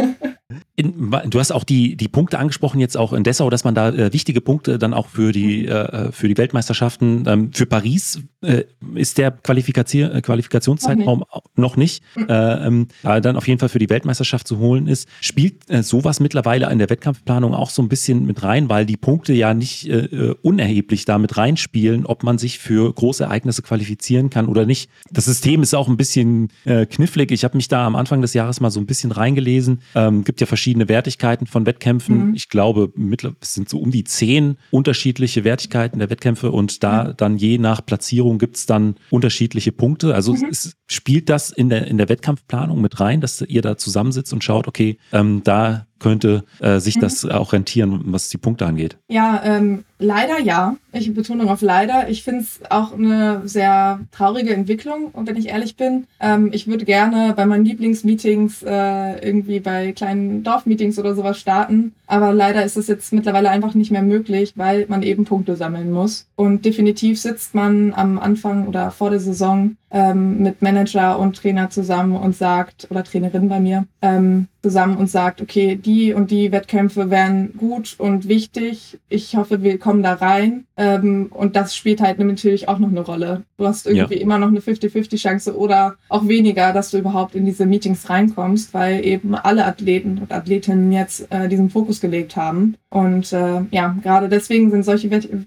Du hast auch die Punkte angesprochen, jetzt auch in Dessau, dass man da wichtige Punkte dann auch für die Weltmeisterschaften, für Paris ist der Qualifikationszeitraum noch nicht, dann auf jeden Fall für die Weltmeisterschaft zu holen ist. Spielt sowas mittlerweile in der Wettkampfplanung auch so ein bisschen mit rein, weil die Punkte ja nicht unerheblich da mit reinspielen, ob man sich für große Ereignisse qualifizieren kann oder nicht. Das System ist auch ein bisschen knifflig. Ich habe mich da am Anfang des Jahres mal so ein bisschen reingelesen. Gibt ja verschiedene Wertigkeiten von Wettkämpfen. Ich glaube, es sind so um die 10 unterschiedliche Wertigkeiten der Wettkämpfe und da dann je nach Platzierung gibt es dann unterschiedliche Punkte. Also spielt das in der Wettkampfplanung mit rein, dass ihr da zusammensitzt und schaut, okay, da könnte sich das auch rentieren, was die Punkte angeht? Ja, leider ja. Ich betone auf leider. Ich finde es auch eine sehr traurige Entwicklung, wenn ich ehrlich bin. Ich würde gerne bei meinen Lieblingsmeetings irgendwie bei kleinen Dorfmeetings oder sowas starten. Aber leider ist es jetzt mittlerweile einfach nicht mehr möglich, weil man eben Punkte sammeln muss. Und definitiv sitzt man am Anfang oder vor der Saison mit Manager und Trainer zusammen und sagt, oder Trainerin bei mir, zusammen und sagt, okay, die und die Wettkämpfe wären gut und wichtig. Ich hoffe, wir kommen da rein. Und das spielt halt natürlich auch noch eine Rolle. Du hast irgendwie immer noch eine 50-50 Chance oder auch weniger, dass du überhaupt in diese Meetings reinkommst, weil eben alle Athleten und Athletinnen jetzt diesen Fokus gelegt haben. Und gerade deswegen sind solche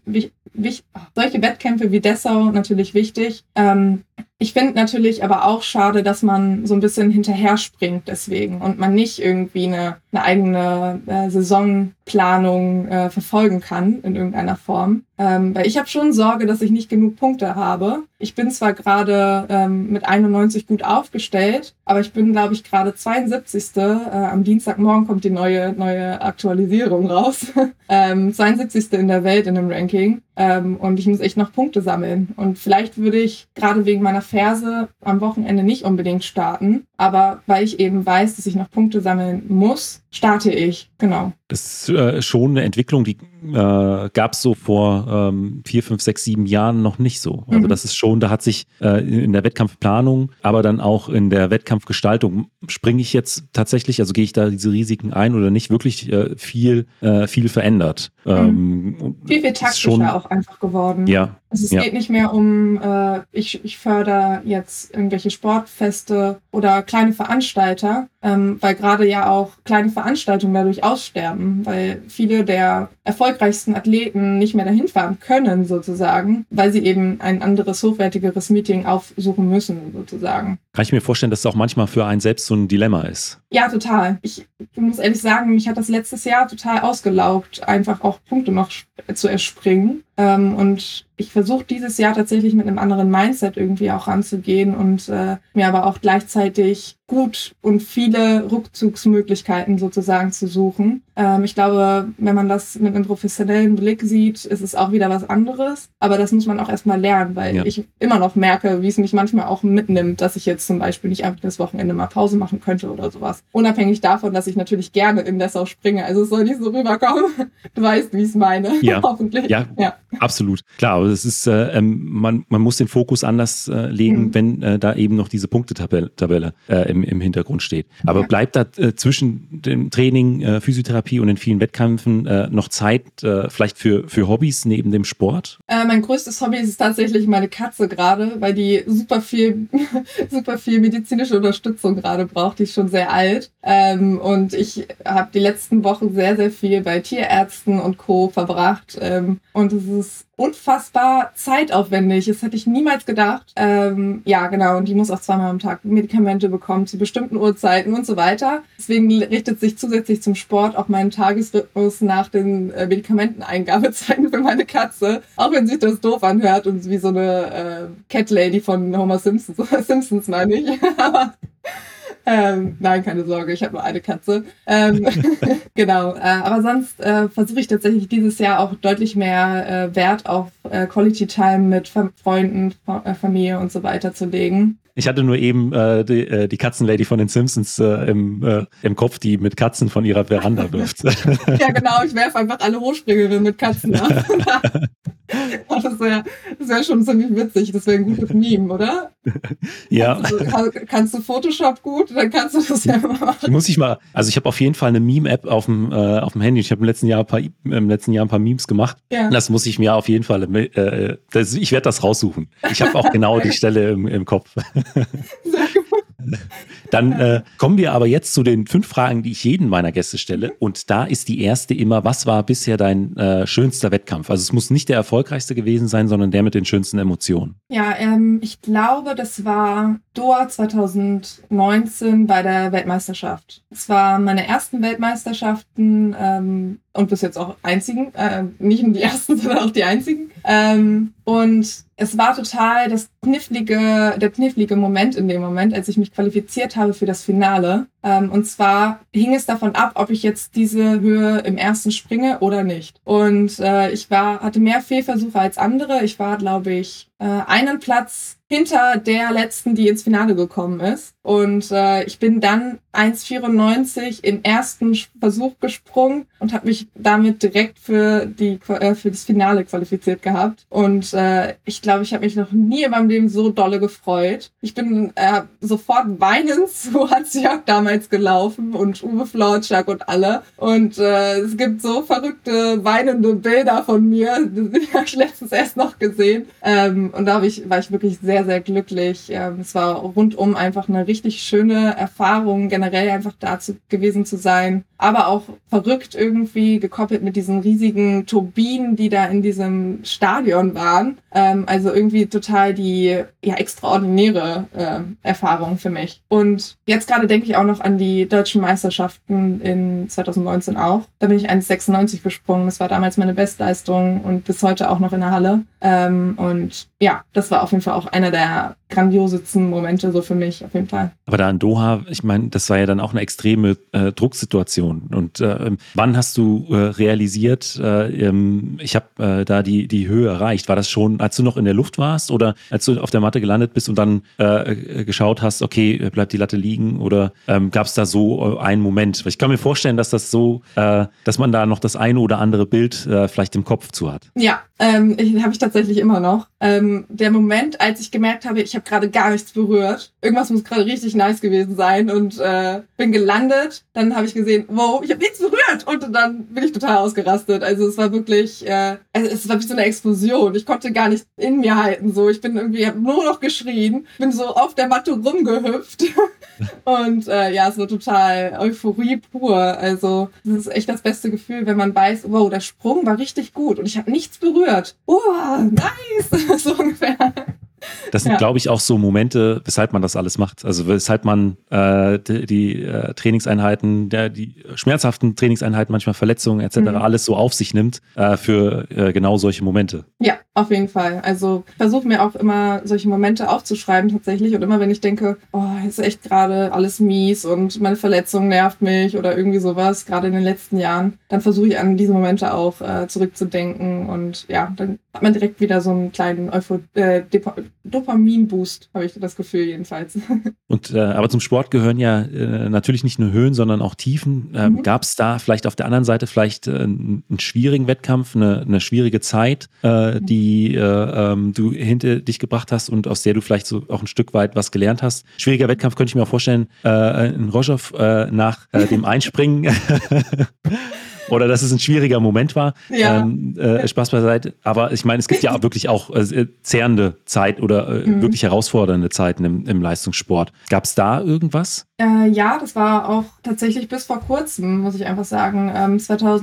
Wettkämpfe wie Dessau natürlich wichtig. Ich finde natürlich aber auch schade, dass man so ein bisschen hinterher springt deswegen und man nicht irgendwie eine eigene Saisonplanung verfolgen kann in irgendeiner Form. Weil ich habe schon Sorge, dass ich nicht genug Punkte habe. Ich bin zwar gerade mit 91 gut aufgestellt, aber ich bin, glaube ich, gerade 72. Am Dienstagmorgen kommt die neue Aktualisierung raus. 72. in der Welt in dem Ranking. Und ich muss echt noch Punkte sammeln. Und vielleicht würde ich gerade wegen meiner Ferse am Wochenende nicht unbedingt starten. Aber weil ich eben weiß, dass ich noch Punkte sammeln muss, starte ich. Genau. Das ist schon eine Entwicklung, die gab es so vor 4, 5, 6, 7 Jahren noch nicht so. Also das ist schon, da hat sich in der Wettkampfplanung, aber dann auch in der Wettkampfgestaltung, springe ich jetzt tatsächlich, also gehe ich da diese Risiken ein oder nicht, wirklich viel verändert. Viel taktischer auch einfach geworden. Ja. Es geht nicht mehr um, ich fördere jetzt irgendwelche Sportfeste oder kleine Veranstalter, weil gerade ja auch kleine Veranstaltungen dadurch aussterben, weil viele der erfolgreichsten Athleten nicht mehr dahin fahren können sozusagen, weil sie eben ein anderes, hochwertigeres Meeting aufsuchen müssen sozusagen. Kann ich mir vorstellen, dass es auch manchmal für einen selbst so ein Dilemma ist? Ja, total. Ich muss ehrlich sagen, mich hat das letztes Jahr total ausgelaugt, einfach auch Punkte noch zu erspringen. Und ich versuche dieses Jahr tatsächlich mit einem anderen Mindset irgendwie auch ranzugehen und mir aber auch gleichzeitig gut und viele Rückzugsmöglichkeiten sozusagen zu suchen. Ich glaube, wenn man das mit einem professionellen Blick sieht, ist es auch wieder was anderes. Aber das muss man auch erstmal lernen, weil ich immer noch merke, wie es mich manchmal auch mitnimmt, dass ich jetzt zum Beispiel nicht einfach das Wochenende mal Pause machen könnte oder sowas. Unabhängig davon, dass ich natürlich gerne in Dessau springe. Also es soll nicht so rüberkommen. Du weißt, wie ich es meine. Ja. Hoffentlich. Ja, absolut. Klar, aber es ist, man muss den Fokus anders legen, wenn da eben noch diese Punktetabelle im Hintergrund steht. Aber bleibt da zwischen dem Training, Physiotherapie und den vielen Wettkämpfen noch Zeit vielleicht für Hobbys neben dem Sport? Mein größtes Hobby ist tatsächlich meine Katze gerade, weil die super viel medizinische Unterstützung gerade braucht. Die ist schon sehr alt. Und ich habe die letzten Wochen sehr, sehr viel bei Tierärzten und Co. verbracht. Und es ist unfassbar zeitaufwendig. Das hätte ich niemals gedacht. Ja, genau. Und die muss auch 2-mal am Tag Medikamente bekommen zu bestimmten Uhrzeiten und so weiter. Deswegen richtet sich zusätzlich zum Sport auch mein Tagesrhythmus nach den Medikamenteneingabezeiten für meine Katze. Auch wenn sich das doof anhört und wie so eine Cat Lady von Homer Simpsons meine ich. Aber nein, keine Sorge, ich habe nur eine Katze. Genau, aber sonst versuche ich tatsächlich dieses Jahr auch deutlich mehr Wert auf Quality Time mit Freunden, Familie und so weiter zu legen. Ich hatte nur eben die Katzenlady von den Simpsons im Kopf, die mit Katzen von ihrer Veranda wirft. Ja, genau, ich werfe einfach alle Hochspringerinnen mit Katzen ab. Das wäre schon ziemlich witzig. Das wäre ein gutes Meme, oder? Ja. Kannst du Photoshop gut? Dann kannst du das ja immer machen. Ich habe auf jeden Fall eine Meme-App auf dem Handy. Ich habe im letzten Jahr ein paar Memes gemacht. Ja. Das muss ich mir auf jeden Fall, ich werde das raussuchen. Ich habe auch genau die Stelle im Kopf. Sehr gut. Dann kommen wir aber jetzt zu den 5 Fragen, die ich jedem meiner Gäste stelle. Und da ist die erste immer, was war bisher dein schönster Wettkampf? Also es muss nicht der erfolgreichste gewesen sein, sondern der mit den schönsten Emotionen. Ja, ich glaube, das war Doha 2019 bei der Weltmeisterschaft. Es waren meine ersten Weltmeisterschaften und bis jetzt auch einzigen. Nicht nur die ersten, sondern auch die einzigen. Und es war total der knifflige Moment in dem Moment, als ich mich qualifiziert habe für das Finale. Und zwar hing es davon ab, ob ich jetzt diese Höhe im ersten springe oder nicht. Und ich hatte mehr Fehlversuche als andere. Ich war, glaube ich, einen Platz hinter der letzten, die ins Finale gekommen ist. Und ich bin dann 1,94 im ersten Versuch gesprungen und habe mich damit direkt für das Finale qualifiziert gehabt. Und ich glaube, ich habe mich noch nie in meinem Leben so dolle gefreut. Ich bin sofort weinend zu Hans-Jörg damals gelaufen und Uwe Florczak und alle. Und es gibt so verrückte, weinende Bilder von mir. Die habe ich letztens erst noch gesehen. Und da war ich wirklich sehr, sehr glücklich. Es war rundum einfach eine richtig schöne Erfahrung, generell einfach dazu gewesen zu sein. Aber auch verrückt irgendwie, gekoppelt mit diesen riesigen Turbinen, die da in diesem Stadion waren. Also irgendwie total die extraordinäre Erfahrung für mich. Und jetzt gerade denke ich auch noch an die deutschen Meisterschaften in 2019 auch. Da bin ich 1,96 gesprungen. Das war damals meine Bestleistung und bis heute auch noch in der Halle. Und ja, das war auf jeden Fall auch einer der grandiosesten Momente so für mich auf jeden Fall. Aber da in Doha, ich meine, das war ja dann auch eine extreme Drucksituation. Und wann hast du realisiert, ich habe da die Höhe erreicht? War das schon, als du noch in der Luft warst oder als du auf der Matte gelandet bist und dann geschaut hast, okay, bleibt die Latte liegen? Oder gab es da so einen Moment? Ich kann mir vorstellen, dass das so, dass man da noch das eine oder andere Bild vielleicht im Kopf zu hat. Ja, habe ich tatsächlich immer noch. Der Moment, als ich gemerkt habe, ich habe gerade gar nichts berührt. Irgendwas muss gerade richtig nice gewesen sein und bin gelandet. Dann habe ich gesehen, wow, ich habe nichts berührt und dann bin ich total ausgerastet. Also es war wirklich, es war wie so eine Explosion. Ich konnte gar nicht in mir halten. So, ich bin irgendwie, habe nur noch geschrien, bin so auf der Matte rumgehüpft und es war total Euphorie pur. Also das ist echt das beste Gefühl, wenn man weiß, wow, der Sprung war richtig gut und ich habe nichts berührt. Nice, so ungefähr. Das sind, glaube ich, auch so Momente, weshalb man das alles macht. Also weshalb man die Trainingseinheiten, die schmerzhaften Trainingseinheiten, manchmal Verletzungen etc. alles so auf sich nimmt für genau solche Momente. Ja, auf jeden Fall. Also ich versuche mir auch immer solche Momente aufzuschreiben tatsächlich. Und immer wenn ich denke, oh, ist echt gerade alles mies und meine Verletzung nervt mich oder irgendwie sowas, gerade in den letzten Jahren, dann versuche ich an diese Momente auch zurückzudenken. Und ja, dann hat man direkt wieder so einen kleinen Dopamin-Boost, habe ich das Gefühl jedenfalls. Und aber zum Sport gehören ja natürlich nicht nur Höhen, sondern auch Tiefen. Gab es da vielleicht auf der anderen Seite einen schwierigen Wettkampf, eine schwierige Zeit, die du hinter dich gebracht hast und aus der du vielleicht so auch ein Stück weit was gelernt hast? Schwieriger Wettkampf könnte ich mir auch vorstellen, in Rojov nach dem Einspringen. Oder dass es ein schwieriger Moment war. Ja. Spaß beiseite. Aber ich meine, es gibt ja wirklich auch zehrende Zeit oder wirklich herausfordernde Zeiten im Leistungssport. Gab es da irgendwas? Ja, das war auch tatsächlich bis vor kurzem, muss ich einfach sagen.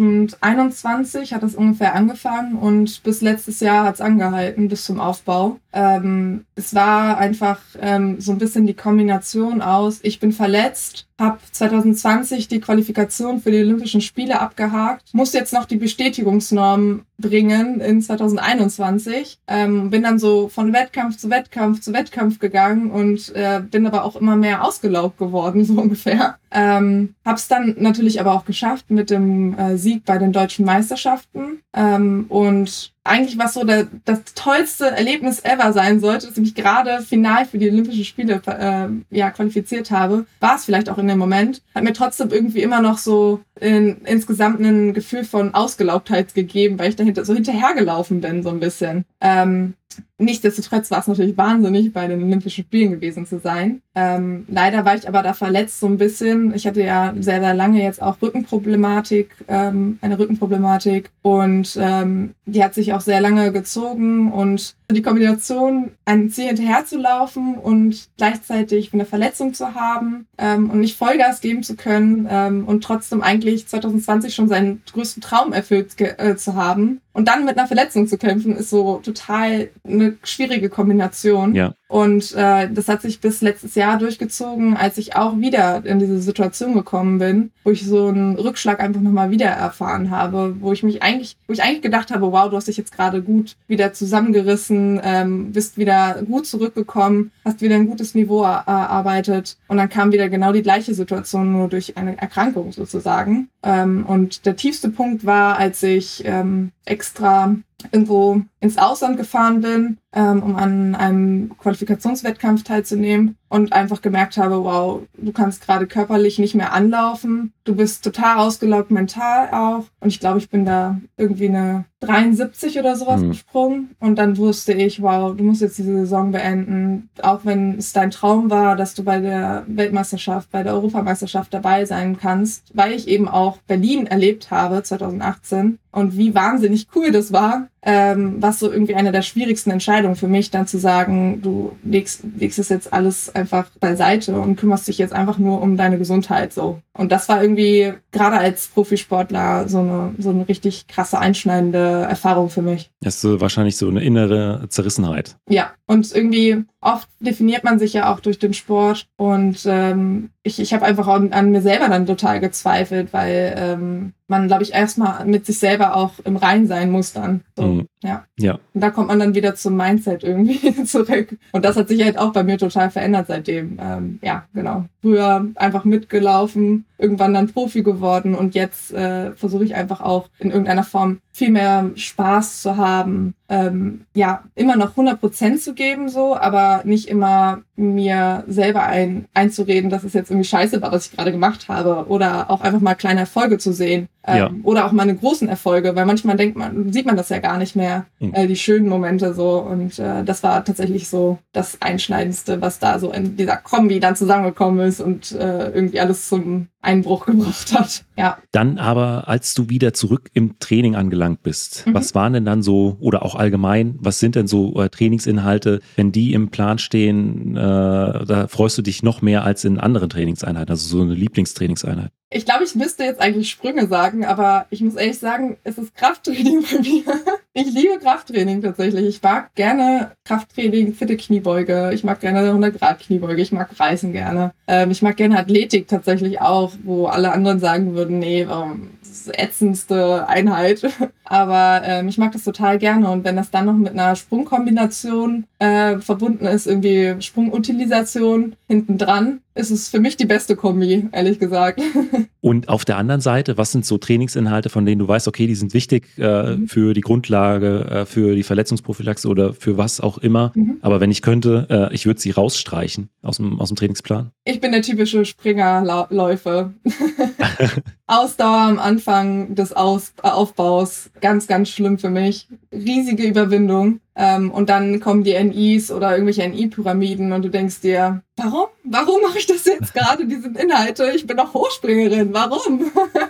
2021 hat es ungefähr angefangen und bis letztes Jahr hat es angehalten, bis zum Aufbau. Es war einfach so ein bisschen die Kombination aus, ich bin verletzt, habe 2020 die Qualifikation für die Olympischen Spiele abgehakt, muss jetzt noch die Bestätigungsnorm bringen in 2021, bin dann so von Wettkampf zu Wettkampf zu Wettkampf gegangen und bin aber auch immer mehr ausgelaugt geworden, so ungefähr. Hab's dann natürlich aber auch geschafft mit dem Sieg bei den deutschen Meisterschaften und eigentlich was so das tollste Erlebnis ever sein sollte, dass ich mich gerade final für die Olympischen Spiele qualifiziert habe, war es vielleicht auch in dem Moment, hat mir trotzdem irgendwie immer noch so insgesamt ein Gefühl von Ausgelaugtheit gegeben, weil ich dahinter so hinterhergelaufen bin, so ein bisschen. Nichtsdestotrotz war es natürlich wahnsinnig, bei den Olympischen Spielen gewesen zu sein. Leider war ich aber da verletzt so ein bisschen. Ich hatte ja sehr, sehr lange jetzt auch eine Rückenproblematik und die hat sich auch sehr lange gezogen und die Kombination, einem Ziel hinterher zu laufen und gleichzeitig eine Verletzung zu haben und nicht Vollgas geben zu können und trotzdem eigentlich 2020 schon seinen größten Traum erfüllt zu haben und dann mit einer Verletzung zu kämpfen, ist so total eine schwierige Kombination. Ja. Und das hat sich bis letztes Jahr durchgezogen, als ich auch wieder in diese Situation gekommen bin, wo ich so einen Rückschlag einfach nochmal wieder erfahren habe, wo ich eigentlich gedacht habe, wow, du hast dich jetzt gerade gut wieder zusammengerissen, bist wieder gut zurückgekommen, hast wieder ein gutes Niveau erarbeitet und dann kam wieder genau die gleiche Situation, nur durch eine Erkrankung sozusagen. Und der tiefste Punkt war, als ich extra irgendwo ins Ausland gefahren bin, um an einem Qualifikationswettkampf teilzunehmen und einfach gemerkt habe, wow, du kannst gerade körperlich nicht mehr anlaufen, du bist total ausgelaugt, mental auch und ich glaube, ich bin da irgendwie eine 73 oder sowas gesprungen und dann wusste ich, wow, du musst jetzt diese Saison beenden, auch wenn es dein Traum war, dass du bei der Weltmeisterschaft, bei der Europameisterschaft dabei sein kannst, weil ich eben auch Berlin erlebt habe 2018 und wie wahnsinnig cool das war, was so irgendwie eine der schwierigsten Entscheidungen für mich, dann zu sagen, du legst es jetzt alles einfach beiseite und kümmerst dich jetzt einfach nur um deine Gesundheit so. Und das war irgendwie gerade als Profisportler so eine richtig krasse, einschneidende Erfahrung für mich. Das ist wahrscheinlich so eine innere Zerrissenheit. Ja, und irgendwie oft definiert man sich ja auch durch den Sport und ich habe einfach an mir selber dann total gezweifelt, weil man, glaube ich, erstmal mit sich selber auch im Reinen sein muss dann. So, ja. Und da kommt man dann wieder zum Mindset irgendwie zurück. Und das hat sich halt auch bei mir total verändert seitdem. Ja, genau. Früher einfach mitgelaufen, irgendwann dann Profi geworden und jetzt versuche ich einfach auch in irgendeiner Form viel mehr Spaß zu haben. Ja, immer noch 100% zu geben, so, aber nicht immer mir selber einzureden, dass es jetzt irgendwie scheiße war, was ich gerade gemacht habe. Oder auch einfach mal kleine Erfolge zu sehen. Oder auch meine großen Erfolge, weil manchmal sieht man das ja gar nicht mehr, die schönen Momente so. Und das war tatsächlich so das Einschneidendste, was da so in dieser Kombi dann zusammengekommen ist und irgendwie alles zum Einbruch gebracht hat. Ja. Dann aber, als du wieder zurück im Training angelangt bist, was waren denn dann so, oder auch allgemein, was sind denn so Trainingsinhalte, wenn die im Plan stehen, da freust du dich noch mehr als in anderen Trainingseinheiten, also so eine Lieblingstrainingseinheit? Ich glaube, ich müsste jetzt eigentlich Sprünge sagen, aber ich muss ehrlich sagen, es ist Krafttraining bei mir. Ich liebe Krafttraining tatsächlich. Ich mag gerne Krafttraining, fitte Kniebeuge. Ich mag gerne 100 Grad Kniebeuge. Ich mag Reißen gerne. Ich mag gerne Athletik tatsächlich auch, wo alle anderen sagen würden, nee, das ist die ätzendste Einheit. Aber ich mag das total gerne. Und wenn das dann noch mit einer Sprungkombination verbunden ist, irgendwie Sprungutilisation hinten dran, ist es für mich die beste Kombi, ehrlich gesagt. Und auf der anderen Seite, was sind so Trainingsinhalte, von denen du weißt, okay, die sind wichtig für die Grundlage, für die Verletzungsprophylaxe oder für was auch immer. Aber wenn ich könnte, ich würde sie rausstreichen aus dem Trainingsplan. Ich bin der typische Springerläufer. Ausdauer am Anfang des Aufbaus, ganz, ganz schlimm für mich. Riesige Überwindung. Und dann kommen die NIs oder irgendwelche NI-Pyramiden und du denkst dir, warum? Warum mache ich das jetzt gerade, diese Inhalte? Ich bin doch Hochspringerin, warum?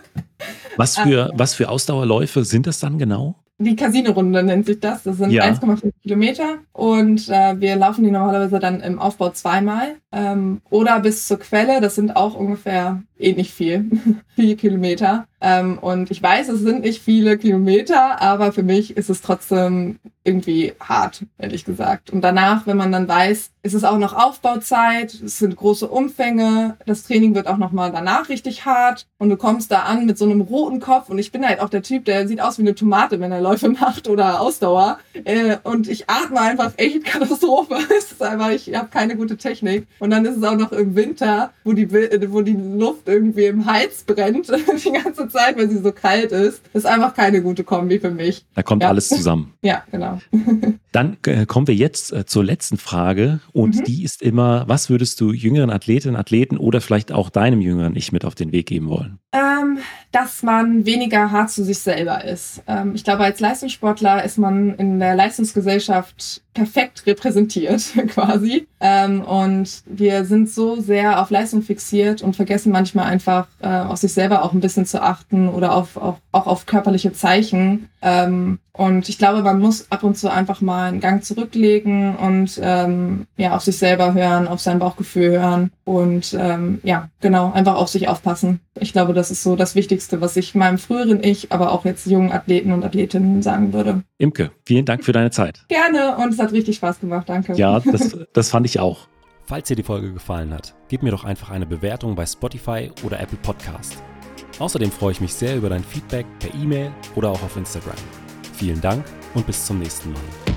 Was für Ausdauerläufe sind das dann genau? Die Casino-Runde nennt sich das. Das sind 1,5 Kilometer und wir laufen die normalerweise dann im Aufbau zweimal oder bis zur Quelle. Das sind auch ungefähr nicht viel, 4 Kilometer. Und ich weiß, es sind nicht viele Kilometer, aber für mich ist es trotzdem irgendwie hart, ehrlich gesagt. Und danach, wenn man dann weiß, ist es auch noch Aufbauzeit, es sind große Umfänge, das Training wird auch nochmal danach richtig hart und du kommst da an mit so einem roten Kopf und ich bin halt auch der Typ, der sieht aus wie eine Tomate, wenn er Läufe macht oder Ausdauer und ich atme einfach echt Katastrophe. Es ist einfach, ich habe keine gute Technik und dann ist es auch noch im Winter, wo die Luft irgendwie im Hals brennt die ganze Zeit, weil sie so kalt ist. Das ist einfach keine gute Kombi für mich. Da kommt alles zusammen. Ja, genau. Dann kommen wir jetzt zur letzten Frage und die ist immer, was würdest du jüngeren Athletinnen, Athleten oder vielleicht auch deinem jüngeren Ich mit auf den Weg geben wollen? Dass man weniger hart zu sich selber ist. Ich glaube, als Leistungssportler ist man in der Leistungsgesellschaft perfekt repräsentiert quasi. Und wir sind so sehr auf Leistung fixiert und vergessen manchmal einfach auf sich selber auch ein bisschen zu achten oder auch auf körperliche Zeichen. Und ich glaube, man muss ab und zu einfach mal einen Gang zurücklegen und auf sich selber hören, auf sein Bauchgefühl hören und einfach auf sich aufpassen. Ich glaube, das ist so das Wichtigste, was ich meinem früheren Ich, aber auch jetzt jungen Athleten und Athletinnen sagen würde. Imke, vielen Dank für deine Zeit. Gerne und es hat richtig Spaß gemacht, danke. Ja, das fand ich auch. Falls dir die Folge gefallen hat, gib mir doch einfach eine Bewertung bei Spotify oder Apple Podcast. Außerdem freue ich mich sehr über dein Feedback per E-Mail oder auch auf Instagram. Vielen Dank und bis zum nächsten Mal.